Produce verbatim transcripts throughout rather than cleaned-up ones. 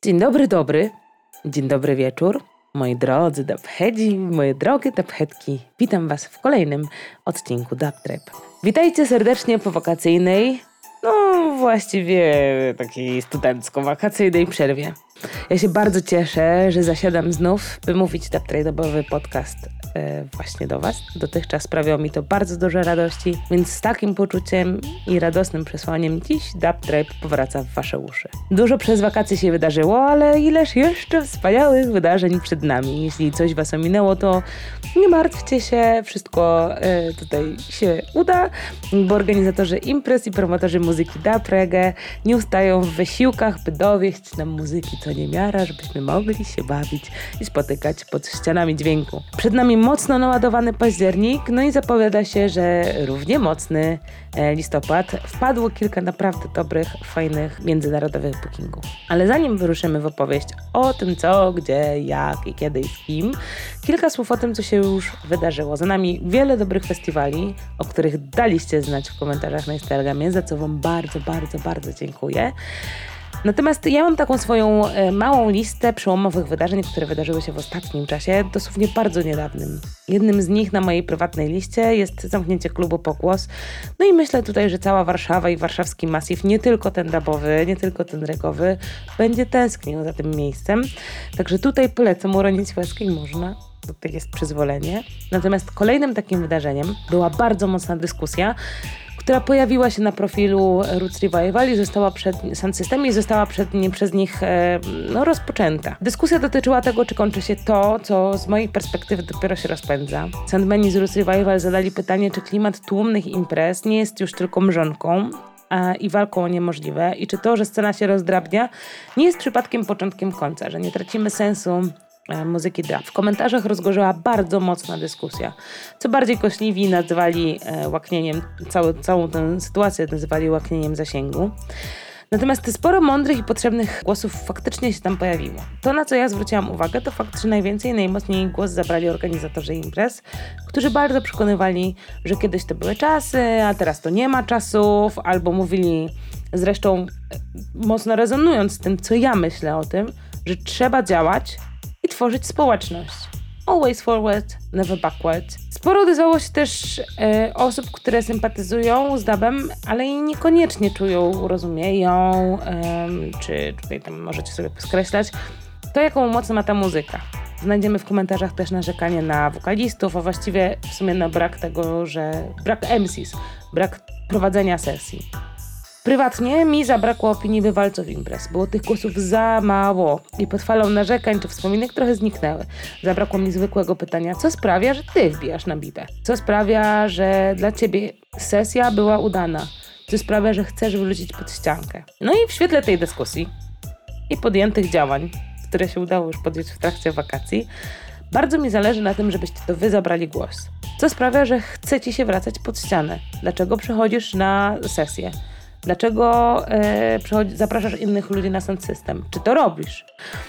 Dzień dobry, dobry. Dzień dobry wieczór. Moi drodzy dubheadzi, moje drogie dubheadki. Witam Was w kolejnym odcinku Dubtrap. Witajcie serdecznie po wakacyjnej, no właściwie takiej studencko-wakacyjnej przerwie. Ja się bardzo cieszę, że zasiadam znów, by mówić dubtrapowy podcast e, właśnie do Was. Dotychczas sprawiało mi to bardzo dużo radości, więc z takim poczuciem i radosnym przesłaniem dziś Dubtrap powraca w Wasze uszy. Dużo przez wakacje się wydarzyło, ale ileż jeszcze wspaniałych wydarzeń przed nami. Jeśli coś Was ominęło, to nie martwcie się, wszystko e, tutaj się uda, bo organizatorzy imprez i promotorzy muzyki dub reggae nie ustają w wysiłkach, by dowieść nam muzyki co niemiara, żebyśmy mogli się bawić i spotykać pod ścianami dźwięku. Przed nami mocno naładowany październik, no i zapowiada się, że równie mocny listopad. Wpadło kilka naprawdę dobrych, fajnych, międzynarodowych bookingów. Ale zanim wyruszymy w opowieść o tym co, gdzie, jak i kiedy i z kim, kilka słów o tym, co się już wydarzyło. Za nami wiele dobrych festiwali, o których daliście znać w komentarzach na Instagramie, za co Wam bardzo, bardzo, bardzo dziękuję. Natomiast ja mam taką swoją e, małą listę przełomowych wydarzeń, które wydarzyły się w ostatnim czasie, dosłownie bardzo niedawnym. Jednym z nich na mojej prywatnej liście jest zamknięcie klubu Pogłos. No i myślę tutaj, że cała Warszawa i warszawski Massive, nie tylko ten dubowy, nie tylko ten regowy, będzie tęsknił za tym miejscem. Także tutaj polecam uronić łezkę i można. Tutaj jest przyzwolenie. Natomiast kolejnym takim wydarzeniem była bardzo mocna dyskusja, która pojawiła się na profilu Roots Revival i została przed Sound System i została przed, nie, przez nich e, no, rozpoczęta. Dyskusja dotyczyła tego, czy kończy się to, co z mojej perspektywy dopiero się rozpędza. Soundmeni z Roots Revival zadali pytanie, czy klimat tłumnych imprez nie jest już tylko mrzonką a, i walką o niemożliwe i czy to, że scena się rozdrabnia, nie jest przypadkiem początkiem końca, że nie tracimy sensu muzyki dub. W komentarzach rozgorzała bardzo mocna dyskusja. Co bardziej kośliwi nazywali e, łaknieniem, cały, całą tę sytuację nazywali łaknieniem zasięgu. Natomiast sporo mądrych i potrzebnych głosów faktycznie się tam pojawiło. To, na co ja zwróciłam uwagę, to fakt, że najwięcej i najmocniej głos zabrali organizatorzy imprez, którzy bardzo przekonywali, że kiedyś to były czasy, a teraz to nie ma czasów, albo mówili, zresztą mocno rezonując z tym, co ja myślę o tym, że trzeba działać i tworzyć społeczność. Always forward, never backward. Sporo odezwało się też e, osób, które sympatyzują z dubem, ale i niekoniecznie czują, rozumieją, e, czy tutaj tam możecie sobie skreślać, to jaką moc ma ta muzyka. Znajdziemy w komentarzach też narzekanie na wokalistów, a właściwie w sumie na brak tego, że brak M Cs, brak prowadzenia sesji. Prywatnie mi zabrakło opinii bywalców imprez. Było tych głosów za mało i pod falą narzekań czy wspominek trochę zniknęły. Zabrakło mi zwykłego pytania, co sprawia, że ty wbijasz na bitę? Co sprawia, że dla ciebie sesja była udana? Co sprawia, że chcesz wrócić pod ściankę? No i w świetle tej dyskusji i podjętych działań, które się udało już podjąć w trakcie wakacji, bardzo mi zależy na tym, żebyście to wy zabrali głos. Co sprawia, że chce ci się wracać pod ścianę? Dlaczego przychodzisz na sesję? Dlaczego e, przychodzi, zapraszasz innych ludzi na Sound System? Czy to robisz?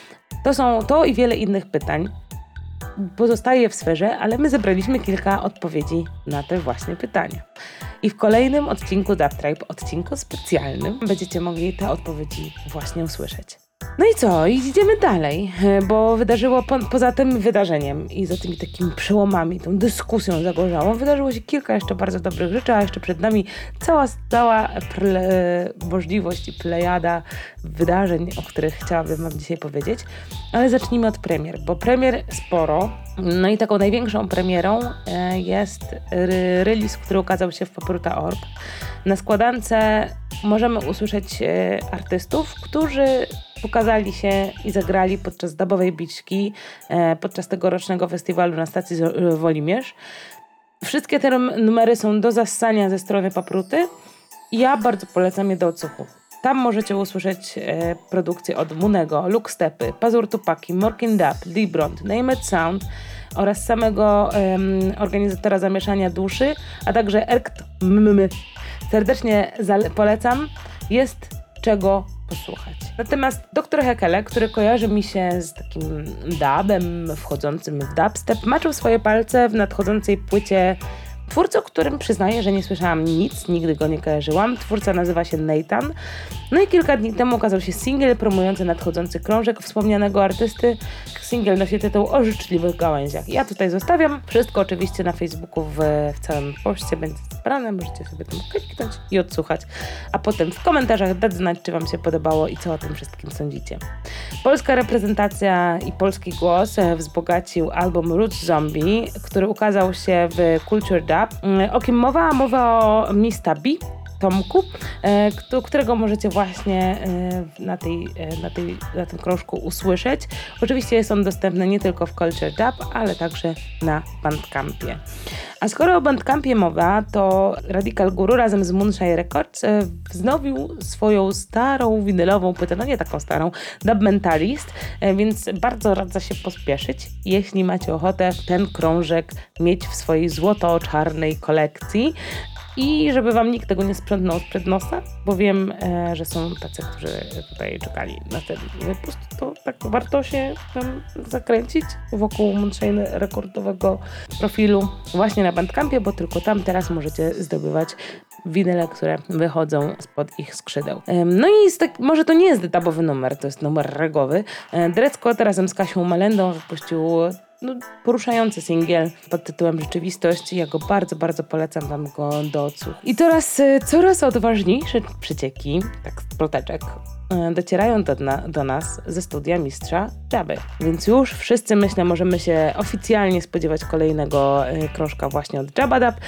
To są to i wiele innych pytań. Pozostaje w sferze, ale my zebraliśmy kilka odpowiedzi na te właśnie pytania. I w kolejnym odcinku Dubtrap, odcinku specjalnym, będziecie mogli te odpowiedzi właśnie usłyszeć. No i co? Idziemy dalej, bo wydarzyło po, poza tym wydarzeniem i za tymi takimi przełomami, tą dyskusją zagorzałą, wydarzyło się kilka jeszcze bardzo dobrych rzeczy, a jeszcze przed nami cała, cała ple, możliwość i plejada wydarzeń, o których chciałabym wam dzisiaj powiedzieć. Ale zacznijmy od premier, bo premier sporo. No i taką największą premierą jest re- release, który ukazał się w popruta kropka org. Na składance możemy usłyszeć artystów, którzy pokazali się i zagrali podczas dubowej biczki, podczas tegorocznego festiwalu na stacji Wolimierz. Wszystkie te numery są do zassania ze strony Papruty i ja bardzo polecam je do odsłuchu. Tam możecie usłyszeć e, produkcje od Munego, Luke Stepy, Pazur Tupaki, Morkin Dub, Librond, Name It Sound oraz samego e, organizatora Zamieszania Duszy, a także Erkt M M. Serdecznie zale- polecam. Jest czego posłuchać. Natomiast doktor Hekele, który kojarzy mi się z takim dubem wchodzącym w dubstep, maczył swoje palce w nadchodzącej płycie Twórcę, o którym przyznaję, że nie słyszałam nic, nigdy go nie kojarzyłam. Twórca nazywa się Nathan. No i kilka dni temu ukazał się singiel promujący nadchodzący krążek wspomnianego artysty. Singiel nosi tytuł O życzliwych gałęziach. Ja tutaj zostawiam. Wszystko oczywiście na Facebooku w, w całym poście będzie zebrane. Możecie sobie tam kliknąć i odsłuchać. A potem w komentarzach dać znać, czy wam się podobało i co o tym wszystkim sądzicie. Polska reprezentacja i polski głos wzbogacił album Roots Zombie, który ukazał się w Culture Dub. O kim mowa? Mowa o Mista B, Tomku, e, którego możecie właśnie e, na, tej, e, na, tej, na tym krążku usłyszeć. Oczywiście jest on dostępny nie tylko w Culture Dub, ale także na Bandcampie. A skoro o Bandcampie mowa, to Radical Guru razem z Moonshine Records e, wznowił swoją starą winylową płytę, no nie taką starą, Dub Mentalist, e, więc bardzo radzę się pospieszyć, jeśli macie ochotę ten krążek mieć w swojej złoto-czarnej kolekcji. I żeby wam nikt tego nie sprzątnął sprzed nosa, bo wiem, e, że są tacy, którzy tutaj czekali na ten wypust, to tak warto się tam zakręcić wokół Moonshine rekordowego profilu właśnie na Bandcampie, bo tylko tam teraz możecie zdobywać winyle, które wychodzą spod ich skrzydeł. E, no i z tak, może to nie jest detabowy numer, to jest numer regowy. E, Dred Scott razem z Kasią Melendą wypuścił No, poruszający singiel pod tytułem Rzeczywistość. Ja go bardzo, bardzo polecam wam go do odsłuchu. I coraz, coraz odważniejsze przecieki, tak z ploteczek, docierają do, na, do nas ze studia mistrza Jabby. Więc już wszyscy, myślę, możemy się oficjalnie spodziewać kolejnego y, krążka właśnie od Jabba Dub.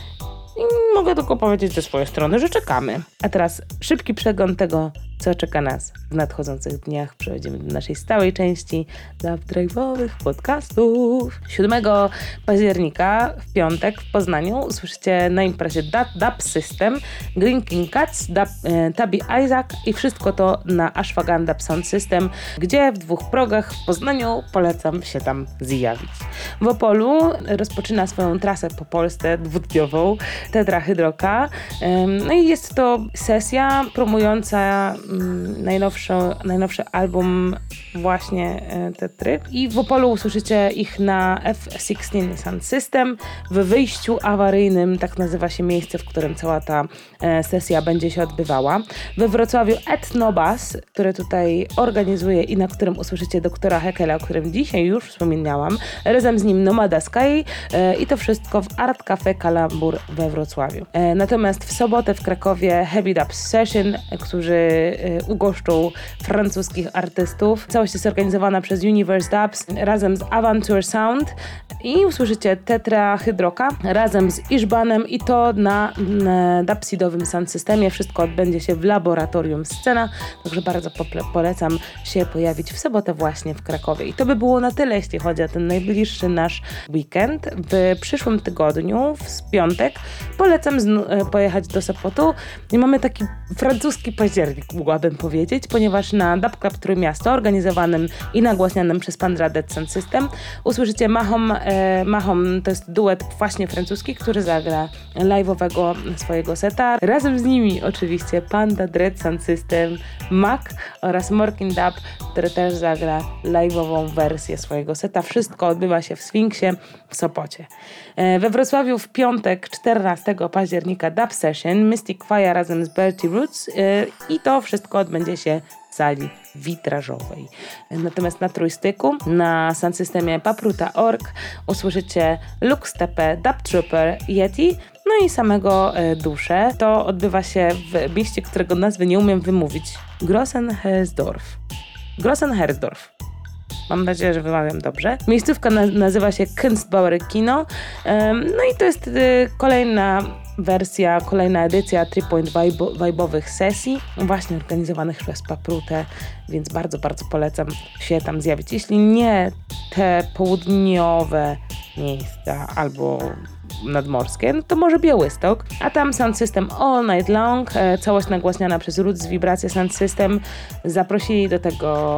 I mogę tylko powiedzieć ze swojej strony, że czekamy. A teraz szybki przegląd tego, co czeka nas w nadchodzących dniach. Przechodzimy do naszej stałej części Dub Drive'owych podcastów. siódmego października w piątek w Poznaniu usłyszycie na imprezie Dub System, Green King Cats, Dub, e, Tabby Isaac i wszystko to na Ashwagandha Sound System, gdzie w dwóch progach w Poznaniu polecam się tam zjawić. W Opolu rozpoczyna swoją trasę po Polsce dwudniową Tetra Hydroka. E, no i jest to sesja promująca Najnowszy, najnowszy album właśnie e, Tetry. I w Opolu usłyszycie ich na F szesnaście Sound System. W wyjściu awaryjnym, tak nazywa się miejsce, w którym cała ta e, sesja będzie się odbywała. We Wrocławiu Etnobus, które tutaj organizuje i na którym usłyszycie doktora Hekela, o którym dzisiaj już wspomniałam. Razem z nim Nomada Sky e, i to wszystko w Art Cafe Kalambur we Wrocławiu. E, natomiast w sobotę w Krakowie Heavy Dub Session, którzy ugoszczą francuskich artystów. Całość jest organizowana przez Universe Dubs razem z Aventure Sound i usłyszycie Tetra Hydroka razem z Ishbanem i to na, na dubsidowym sound systemie. Wszystko odbędzie się w laboratorium Scena, także bardzo pople- polecam się pojawić w sobotę właśnie w Krakowie. I to by było na tyle, jeśli chodzi o ten najbliższy nasz weekend. W przyszłym tygodniu, w piątek, polecam zn- pojechać do Sopotu i mamy taki francuski październik, mogłabym powiedzieć, ponieważ na Dub Club Trójmiasto, organizowanym i nagłaśnianym przez Pandra Dead Sound System, usłyszycie Mahom, e, Mahom, to jest duet właśnie francuski, który zagra live'owego swojego seta. Razem z nimi oczywiście Panda Dread Sound System, Mac oraz Morkin Dub, który też zagra live'ową wersję swojego seta. Wszystko odbywa się w Sfinksie w Sopocie. E, we Wrocławiu w piątek, czternastego października Dub Session, Mystic Fire razem z Bertie Roots e, i to wszystko odbędzie się w sali witrażowej. Natomiast na Trójstyku, na sound systemie papruta kropka org usłyszycie Lux T P, Dub Trooper, Yeti, no i samego e, Duszę. To odbywa się w mieście, którego nazwy nie umiem wymówić. Grossenhersdorf. Grossenhersdorf. Mam nadzieję, że wymawiam dobrze. Miejscówka na- nazywa się Kunstbauer Kino. Um, no i to jest y, kolejna wersja, kolejna edycja three-point vibe'owych sesji, właśnie organizowanych przez Paprutę, więc bardzo, bardzo polecam się tam zjawić. Jeśli nie te południowe miejsca albo nadmorskie, no to może Białystok, a tam Sound System All Night Long, e, całość nagłaśniana przez Roots Wibracje Sound System, zaprosili do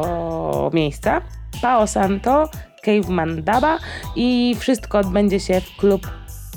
tego miejsca Pao Santo, Caveman Daba i wszystko odbędzie się w klub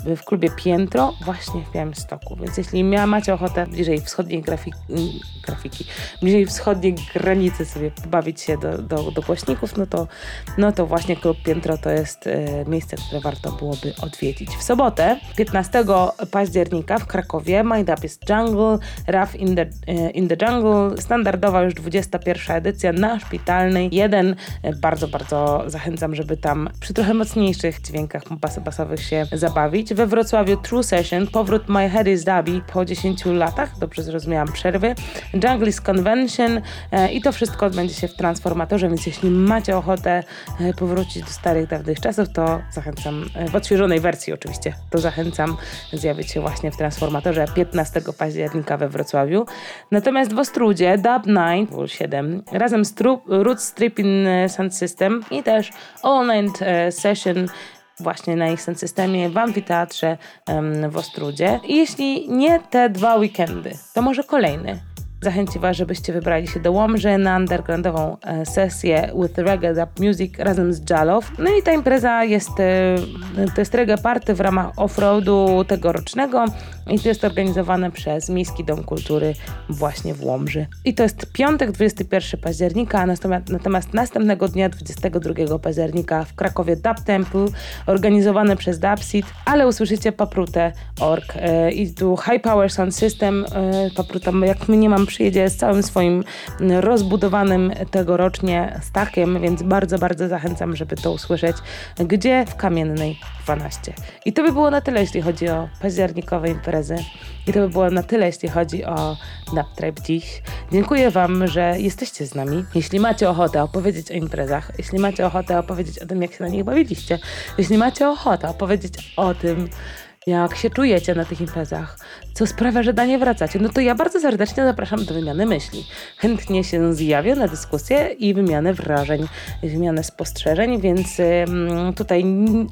w klubie Piętro właśnie w Białymstoku. Więc jeśli mia, macie ochotę bliżej wschodniej grafiki, grafiki, bliżej wschodniej granicy sobie pobawić się do, do, do głośników, no to, no to właśnie klub Piętro to jest e, miejsce, które warto byłoby odwiedzić. W sobotę, piętnastego października w Krakowie My Dub is Jungle, Rough in the, e, in the Jungle, standardowa już dwudziesta pierwsza edycja na Szpitalnej. Jeden, e, bardzo, bardzo zachęcam, żeby tam przy trochę mocniejszych dźwiękach bas basowych się zabawić. We Wrocławiu True Session, powrót My Head is Dubby po dziesięciu latach, dobrze zrozumiałam przerwy, Junglist Convention e, i to wszystko odbędzie się w Transformatorze, więc jeśli macie ochotę e, powrócić do starych, dawnych czasów, to zachęcam, e, w odświeżonej wersji oczywiście, to zachęcam zjawić się właśnie w Transformatorze piętnastego października we Wrocławiu. Natomiast w Ostródzie Dub dziewięć siedem razem z Roots Tripping Sound System i też All Night e, Session właśnie na ich sound systemie w amfiteatrze um, w Ostródzie. I jeśli nie te dwa weekendy, to może kolejny. Zachęci Was, żebyście wybrali się do Łomży na undergroundową e, sesję with Reggae Dub Music razem z Jalow. No i ta impreza jest, e, to jest reggae party w ramach offroadu tegorocznego i to jest organizowane przez Miejski Dom Kultury właśnie w Łomży. I to jest piątek, dwudziestego pierwszego października, natomiast, natomiast następnego dnia, dwudziestego drugiego października w Krakowie Dub Temple, organizowane przez Dubseed, ale usłyszycie Paprutę kropka org e, i tu High Power Sound System. E, Papruta, jak mnie nie mam, przyjedzie z całym swoim rozbudowanym tegorocznie stackiem, więc bardzo, bardzo zachęcam, żeby to usłyszeć. Gdzie? W Kamiennej dwanaście. I to by było na tyle, jeśli chodzi o październikowe imprezy. I to by było na tyle, jeśli chodzi o Dub Tribe dziś. Dziękuję Wam, że jesteście z nami. Jeśli macie ochotę opowiedzieć o imprezach, jeśli macie ochotę opowiedzieć o tym, jak się na nich bawiliście, jeśli macie ochotę opowiedzieć o tym, jak się czujecie na tych imprezach, co sprawia, że do nie wracacie, no to ja bardzo serdecznie zapraszam do wymiany myśli. Chętnie się zjawię na dyskusję i wymianę wrażeń, wymianę spostrzeżeń, więc ym, tutaj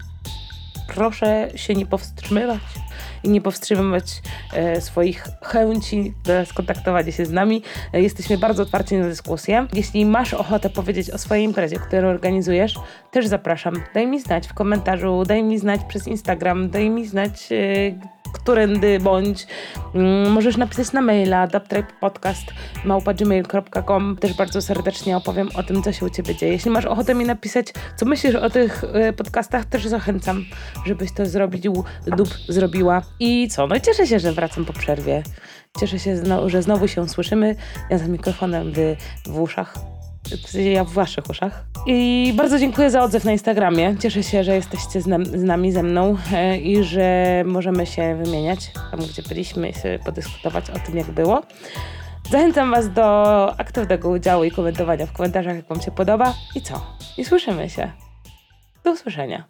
proszę się nie powstrzymywać i nie powstrzymywać e, swoich chęci do skontaktowania się z nami. E, jesteśmy bardzo otwarci na dyskusję. Jeśli masz ochotę powiedzieć o swojej imprezie, którą organizujesz, też zapraszam. Daj mi znać w komentarzu, daj mi znać przez Instagram, daj mi znać e, którędy bądź. Mm, możesz napisać na maila dubtripepodcast małpa gmail kropka com. Też bardzo serdecznie opowiem o tym, co się u Ciebie dzieje. Jeśli masz ochotę mi napisać, co myślisz o tych y, podcastach, też zachęcam, żebyś to zrobił lub zrobiła. I co? No i cieszę się, że wracam po przerwie. Cieszę się, znowu, że znowu się słyszymy. Ja z mikrofonem w, w uszach. Ja w waszych uszach. I bardzo dziękuję za odzew na Instagramie. Cieszę się, że jesteście z, nam, z nami, ze mną e, i że możemy się wymieniać tam, gdzie byliśmy i sobie podyskutować o tym, jak było. Zachęcam Was do aktywnego udziału i komentowania w komentarzach, jak Wam się podoba. I co? I słyszymy się. Do usłyszenia.